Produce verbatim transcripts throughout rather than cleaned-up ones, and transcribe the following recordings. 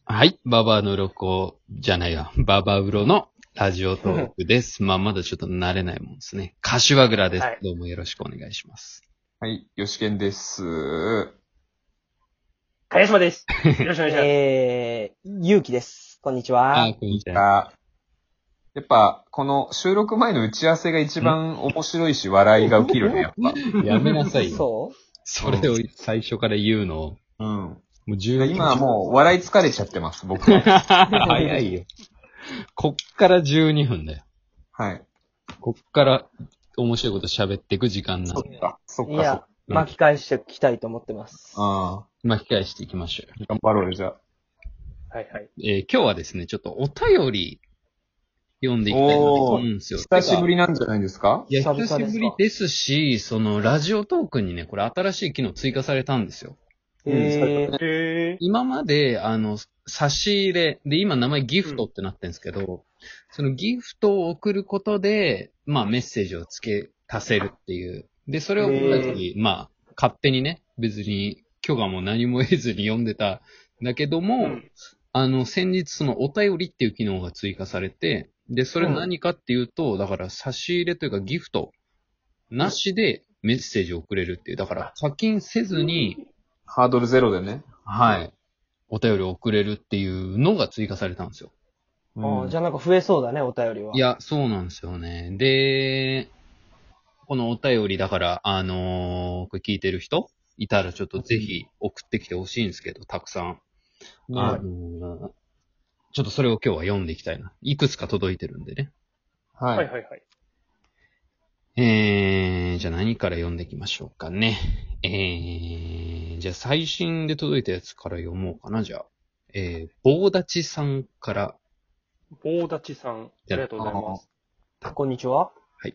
はい。ババアの鱗じゃないわ。ババウロのラジオトークです。まあ、まだちょっと慣れないもんですね。柏倉です。 はい。 どうもよろしくお願いします。 はい、よしけんです。 茅島です。よろしくお願いします。 えー、ゆうきです。こんにちあは。 ー、こんにちは。 あやっぱ、この収録前の打ち合わせが一番面白いし、笑いが起きるね、やっぱ。 やめなさいよ。 そそれを最初から言うのを。 うん。 もうじゅう今はもう笑い疲れちゃってます、僕は。 早いよ。こっからじゅうにふんだよ。 はい。 こっから面白いこと喋っていく時間なんで。 そっか、そっか、そっういやか。、 巻き返していきたいと思ってます。 あ巻き返していきましょう。 あ、頑張ろうよ、じゃあ。 はいはい。 えー今日はですね、ちょっとお便り読んでいきたいなと思うんですよ。 久しぶりなんじゃないですか？ いや、 久々ですか久しぶりですし、その、ラジオトークにね、これ新しい機能追加されたんですよ。 えー、 へ今まで、あの、差し入れ、で、今名前ギフトってなってるんですけど、そのギフトを送ることで、まあメッセージを付け足せるっていう。で、それを僕たち、まあ、勝手にね、別に許可も何も得ずに読んでたんだけども、 うんあの、先日そのお便りっていう機能が追加されて、で、それ何かっていうと、だから差し入れというかギフトなしでメッセージを送れるっていう。だから課金せずに、 ハードルゼロでね。 はい。お便りを送れるっていうのが追加されたんですよ。 あーじゃあなんか増えそうだね、お便りは。 いや、そうなんですよね。で、このお便りだから、あのーこれ聞いてる人いたらちょっとぜひ送ってきてほしいんですけど、たくさん。あのーちょっとそれを今日は読んでいきたいな。いくつか届いてるんでね。 はい。 はいはいはい。 えー、じゃあ何から読んでいきましょうかね。えー、じゃあ最新で届いたやつから読もうかな、じゃあ。えー、棒立ちさんから、 棒立ちさん、ありがとうございます。 こんにちは。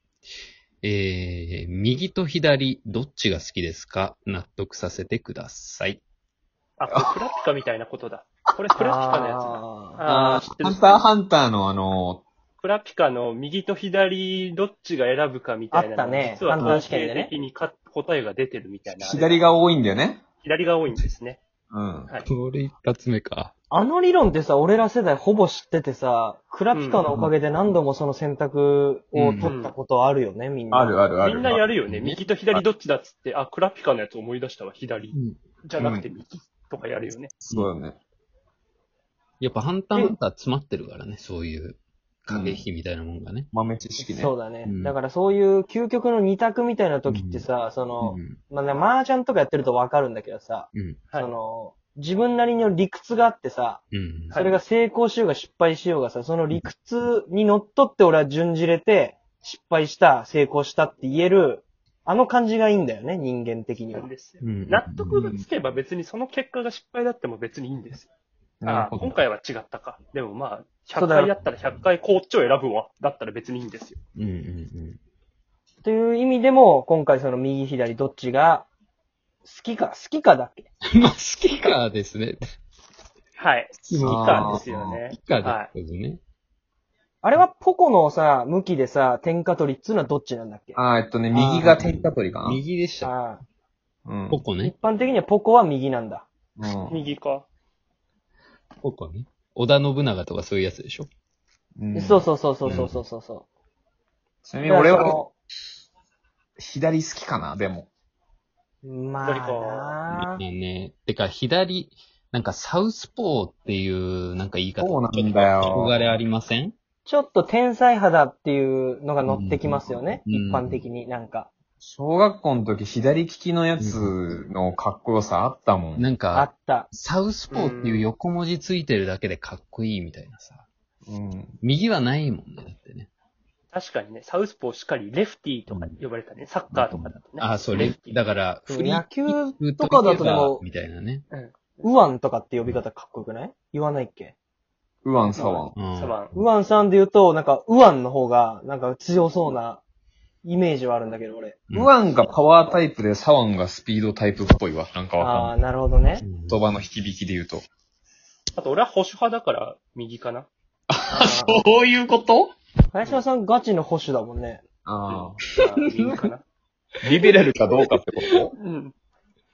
えー、右と左、どっちが好きですか？納得させてください。 あ、これクラピカみたいなことだ。これクラピカのやつだ。 ああー、知ってるハン。ターハンターのあの、 クラピカの右と左、どっちが選ぶかみたいなのが。 あったね実は判断試験でね統計的にか答えが出てるみたいな。 左が多いんだよね。 左が多いんですね。 うん。 はい。 これ一発目か。 ーあの理論ってさ、俺ら世代ほぼ知っててさ、クラピカのおかげで何度もその選択を取ったことあるよね、みんな。 あるあるある。 みんなやるよね。 うん右と左どっちだっつって、あ、クラピカのやつ思い出したわ、左。 うんじゃなくて右とかやるよね。 そうだね。 やっぱハンターハンター詰まってるからね、そういう影火みたいなもんがね。 豆知識ね。 そうだね、 うんだからそういう究極の二択みたいな時ってさ、その、 うん。 まあね、麻雀とかやってるとわかるんだけどさ、 うん。 はいその、自分なりの理屈があってさ、 うん。 それが成功しようが失敗しようがさ、その理屈にのっとって俺は順じれて、失敗した、成功したって言える、あの感じがいいんだよね、人間的にはなん。ですよ。 うん納得がつけば別にその結果が失敗だっても別にいいんですよ。ああ、 なるほど今回は違ったか。でもまあ、100 そうだよ回やったらひゃっかいこっちを選ぶわ。だったら別にいいんですよ。 うんうんという意味でも、今回その右左どっちが、好きか、好きかだっけうん。まあ、好きかですね。 はい。好きかですよ好ねき。かはですね。 あれはポコのさ、向きでさ、天下取りっつうのはどっちなんだっけあー、えっとね、右が天下取りかな。 右でした。 ああうん。 ポコね一。般的にはポコは右なんだ。 うんい。右か。 ポコね。織田信長とかそういうやつでしょ。 うんそうそうそうそうそうそうそうそちなう。 みに俺はだからそ左好きかな、でも。 のまあ左かなあね。てか、左、なんかサウスポーっていう、なんか言い方。 そうなんだよ憧れありません？ ちょっと天才派だっていうのが乗ってきますよね。 うん一般的になんか。 小学校の時左利きのやつのかっこよさあったもん。 なんあかっ、た。 サウスポーっていう横文字ついてるだけでかっこいいみたいなさ。 うん。 右はないもんね、だってね。 確かにね、サウスポーしっかりレフティーとか呼ばれたね。サッカーとかだとね。 ああ、そう、レレフティー。 だから、フリー野球キックとかだとでもみたいなね。 うん。 ウアンとかって呼び方かっこよくない言わないっけウアンサワン。 うんサバン。 ウアンさんで言うと、なんか、ウアンの方が、なんか強そうなイメージはあるんだけど、俺。 うんウアンがパワータイプでサワンがスピードタイプっぽいわ。なんかああー、 わかんない。 なるほどね。 言葉の引き引きで言うと。 あと俺は保守派だから右かな。 あーそういうこと林島さんガチの保守だもんね。 あじゃあ右かな。 あ。リベラルかどうかってことうん。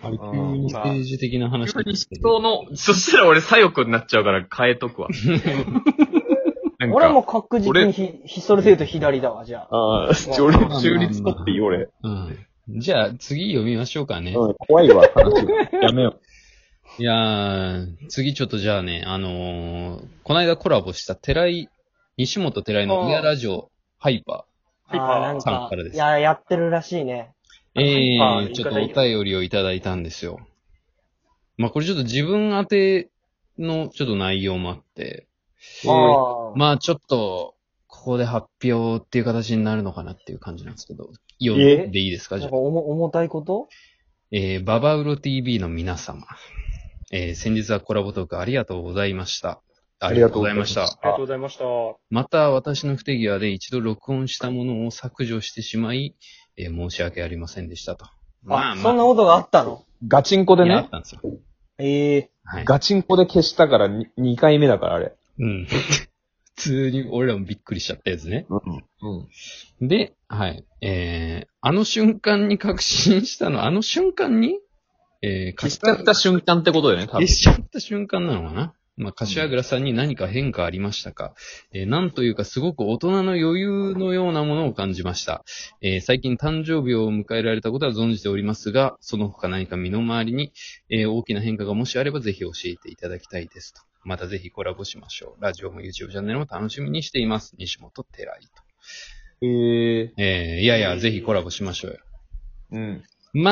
あれ、急に政治的な話。 急に人の、そしたら俺左翼になっちゃうから変えとくわ。なんか俺はもう確実にひ、ひ、それで言うと左だわ、じゃあ。 ああ、俺、中立取っていい俺。 うん。じゃあ、次読みましょうかね。 うん、怖いわ、話。やめよう。いやー、次ちょっとじゃあね、あのー、この間コラボした寺井、西本寺井のイヤラジオ、ハイパハイパーあーなんさんかからですいや、やってるらしいね。 ー。えハイパーー、ちょっとお便りをいただいたんですよ。まあ、これちょっと自分宛てのちょっと内容もあって、 う。 ああ。 まあちょっと、ここで発表っていう形になるのかなっていう感じなんですけど、読えんでいいですか、じゃあなんか。重重たいこと？ えー、ババウロ ティーブイ の皆様、えー、先日はコラボトークありがとうございました。ありがとうございました。 ありがとうございました。 また私の不手際で一度録音したものを削除してしまい、えー、申し訳ありませんでしたと。 あ、そんなことがあったの？ ガチンコでいやあっね。 たんですよ。 ええはい。 ガチンコで消したからににかいめだから、あれ。 うん。普通に俺らもびっくりしちゃったやつね。 うん。うん。 で、はい。えー、あの瞬間に確信したの、あの瞬間にえー、 消しちゃった瞬間ってことだよね、多分消。しちゃった瞬間なのかな。まあ、柏倉さんに何か変化ありましたか、えー、なんというかすごく大人の余裕のようなものを感じました。えー、最近誕生日を迎えられたことは存じておりますが、その他何か身の回りに、えー、大きな変化がもしあればぜひ教えていただきたいですと。またぜひコラボしましょう。ラジオも YouTube チャンネルも楽しみにしています。西本寺井と。 へえ。 えー、いやいや、ぜひコラボしましょうよ。 うん。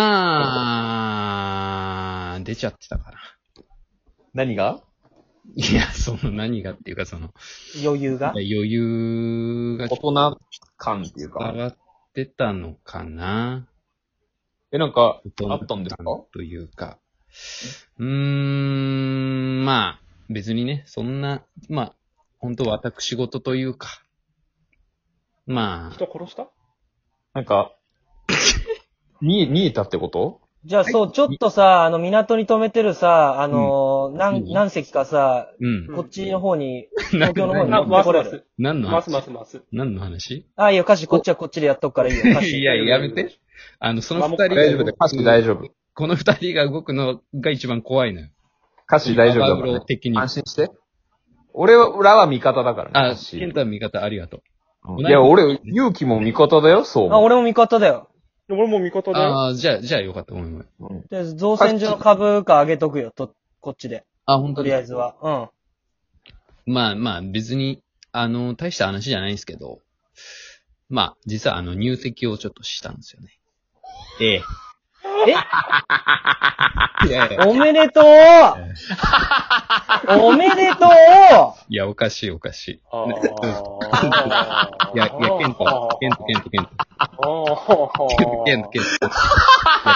まあ、出ちゃってたかな。 何がいや、その何がっていうかその、 余裕が？ 余裕が大人感っていう上か。 がってたのかな。 え、なんか、 大人あったんですかというか。うーん、まあ、別にね、そんな、まあ、本当私事というか。まあ、 人殺したなんか、見え、見えたってこと？ じゃあそう、ちょっとさ、あの、港に止めてるさ、あのー、 うん何、何隻かさ、 うん。 こっちの方に、 な東京の方にあ、 持って回すこれる。 回す。 何の回す回話す回す。 何の話ああ、いいよ、歌詞、こっちはこっちでやっとくからいいよ、歌詞。 いやいや、やめて。あの、その二人が大丈夫で、歌詞大丈夫。 この二人が動くのが一番怖いのよ。 歌詞大丈夫だバブから、ね。 ロ的に。 安心して。俺らは味方だからね。 あ、 歌詞ケンタの味方ありがとう。 うんいや、俺、勇気も味方だよ、そう。 あ、俺も味方だよ。 俺も味方だよ。 ああ、じゃあ、じゃあよかった。ごめんごめん。 うんで、造船所の株価上げとくよ、と、こっちで。 あ、本当にとりあえずは。うん。 まあまあ、別に、あの、大した話じゃないんですけど、まあ、実はあの、入籍をちょっとしたんですよね。ええ。 えいやいや、 おめでとうおめでとういや、おかしいおかしい。 あーいや、いや、ケント、ケント、ケント、ケント。 あーケント、ケント、ケント。いや、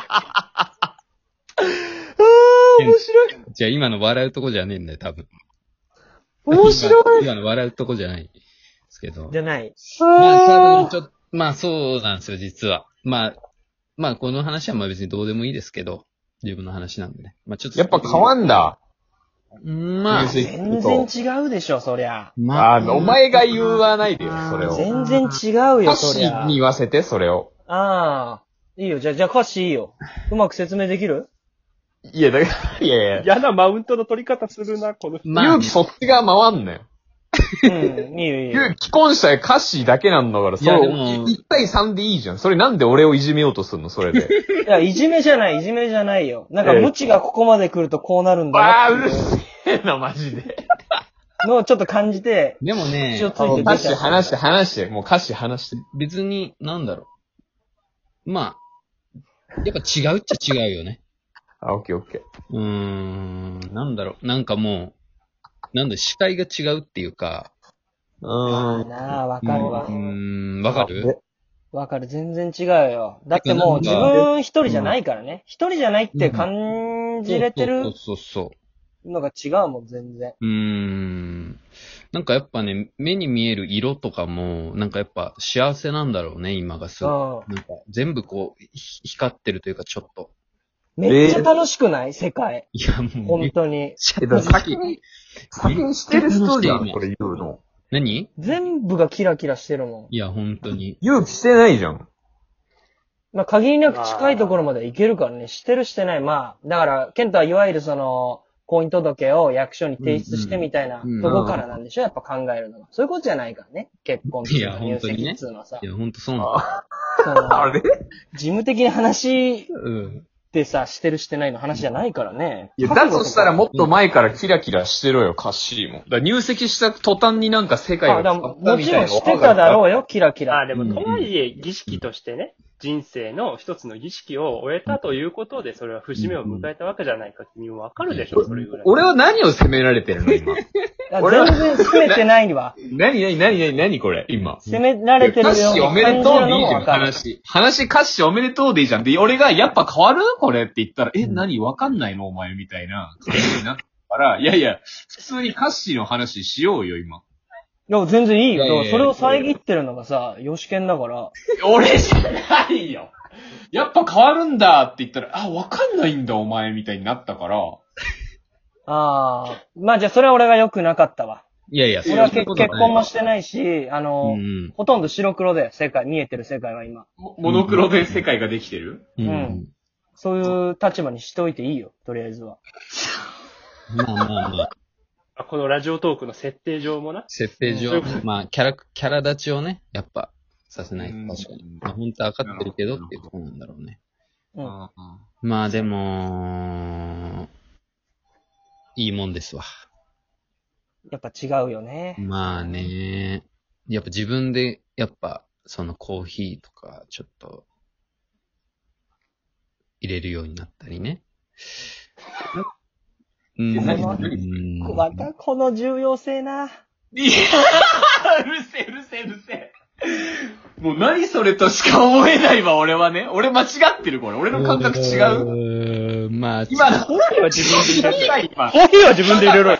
ケント。 面白い。 じゃあ今の笑うとこじゃねえんだよ、多分。 面白い。 今の笑うとこじゃないですけど。 じゃない。 まあ、多分ちょっと、まあそうなんですよ、実は。まあ、まあこの話はまあ別にどうでもいいですけど、自分の話なんでね。まあちょっと。 やっぱ変わんだ。 まあ、 入籍全然違うでしょ、そりゃ。 まあの、お前が言わないでよ、それを。 全然違うよ、 歌詞そりゃ。 に言わせて、それを。 ああ。いいよ、じゃあ、じゃあ歌詞いいよ。うまく説明できる？ いや、だから、いやいや。 嫌なマウントの取り方するな、この人。 まあ勇気そっちが回んなよ。 うん、いいよ、いいよ。 勇気既婚者や歌詞だけなんだから、そいやれでもいち対さんでいいじゃん。それなんで俺をいじめようとするの、それで。 いや、いじめじゃない、いじめじゃないよ。なんか、無知がここまで来るとこうなるんだああ、 なっていうるせえな、マジで。 うのをちょっと感じて、 でもね口をつ、いて歌出ちゃった。 詞話して、話して、もう歌詞話して。 別に、なんだろう。まあ、やっぱ違うっちゃ違うよね。 あ、オッケーオッケー。 うーん、なんだろう。なんかもう、なんだ、視界が違うっていうか。 うああーん。 なあ、わかるわう。ーん、わかるわかる、全然違うよ。だってもう自分一人じゃないからね。一人じゃないって感じれてるそうそうそうのが違うもん、全然。 そう。うーん。なんかやっぱね、目に見える色とかも、なんかやっぱ幸せなんだろうね、今がすうごい。 ん。 なんか全部こう、ひ光ってるというかちょっと。 めっちゃ楽しくない世界。 いや、もう、 本当に。 え、だから先、先にしてる人じゃん、 めっちゃこれ言うの。 何全部がキラキラしてるもん。 いや、本当に。 勇気してないじゃん。 まあ、限りなく近いところまで行けるからね、してるしてない。まあ、だから、ケントはいわゆるその、婚姻届を役所に提出してみたいなうんうんとこからなんでしょ、やっぱ考えるのは。そういうことじゃないからね。結婚っていうかいや入籍っつうのはさ。 いや、ほんとそうなの。 あそのあれ事務的な話うん。 でさ、してるしてないの話じゃないからね。 いや、だとしたらもっと前からキラキラしてろよ、カッシーも。だから入籍した途端になんか世界あ、 がだから変わったもちろんみたいな。 してただろうよ、キラキラ。 あ、でも、 うんとはいえ、儀式としてね、人生の一つの儀式を終えたということで、それは節目を迎えたわけじゃないか君もわかるでしょ、それぐらい。 俺は何を責められてるの、今。俺は全然責めてないわ。 何何何何何これ、今。 責められてるよ。 カッシーおめでとうでいいじゃん、 感じるのもわかる話。話、カッシーおめでとうでいいじゃん。で、俺が、やっぱ変わるこれって言ったら、え、何わかんないのお前みたいな感じになったから、いやいや、普通にカッシーの話しようよ、今。 いや、全然いいよ。 いやいやいやそれを遮ってるのがさ、ヨシケンだから。 俺じゃないよ。やっぱ変わるんだって言ったら、あ、わかんないんだ、お前みたいになったから。 ああ。まあじゃあそれは俺が良くなかったわ。 いやいや、 俺は結そういうことない結婚もしてないし、あの、 うんほとんど白黒だよ、世界、見えてる世界は今。 モモノクロで世界ができてるうん。 うんそういう立場にしておいていいよ、とりあえずは。 まあまあまあ、 あこのラジオトークの設定上もな。 設定上、まあ、キャラ、キャラ立ちをね、やっぱ、させないとうん確かに。まあ、本当は分かってるけどっていうところなんだろうね。 うん。 あまあでも、いいもんですわ。 やっぱ違うよね。 まあね。やっぱ自分で、やっぱ、そのコーヒーとか、ちょっと、入れるようになったりね。うん。 何うんまたこの重要性な。 いやーうるせえ、うるせえ、うるせえ。もう何それとしか思えないわ、俺はね。俺間違ってる、これ。俺の感覚違ううーんまあ、 今の、 コーヒーは自分で入れろ。 今、 コーヒーは自分で入れろよ。